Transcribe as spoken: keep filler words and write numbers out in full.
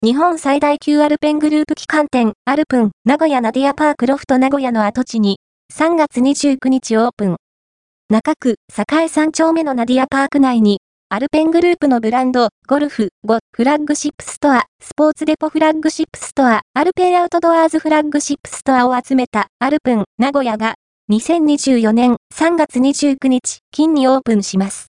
日本最大級アルペングループ旗艦店、アルプン、名古屋ナディアパークロフト名古屋の跡地に、さんがつにじゅうくにちオープン。中区、栄さん丁目のナディアパーク内に、アルペングループのブランド、ゴルフ、ご、フラッグシップストア、スポーツデポフラッグシップストア、アルペンアウトドアーズフラッグシップストアを集めた、アルプン、名古屋が、にせんにじゅうよねんさんがつにじゅうくにち、金にオープンします。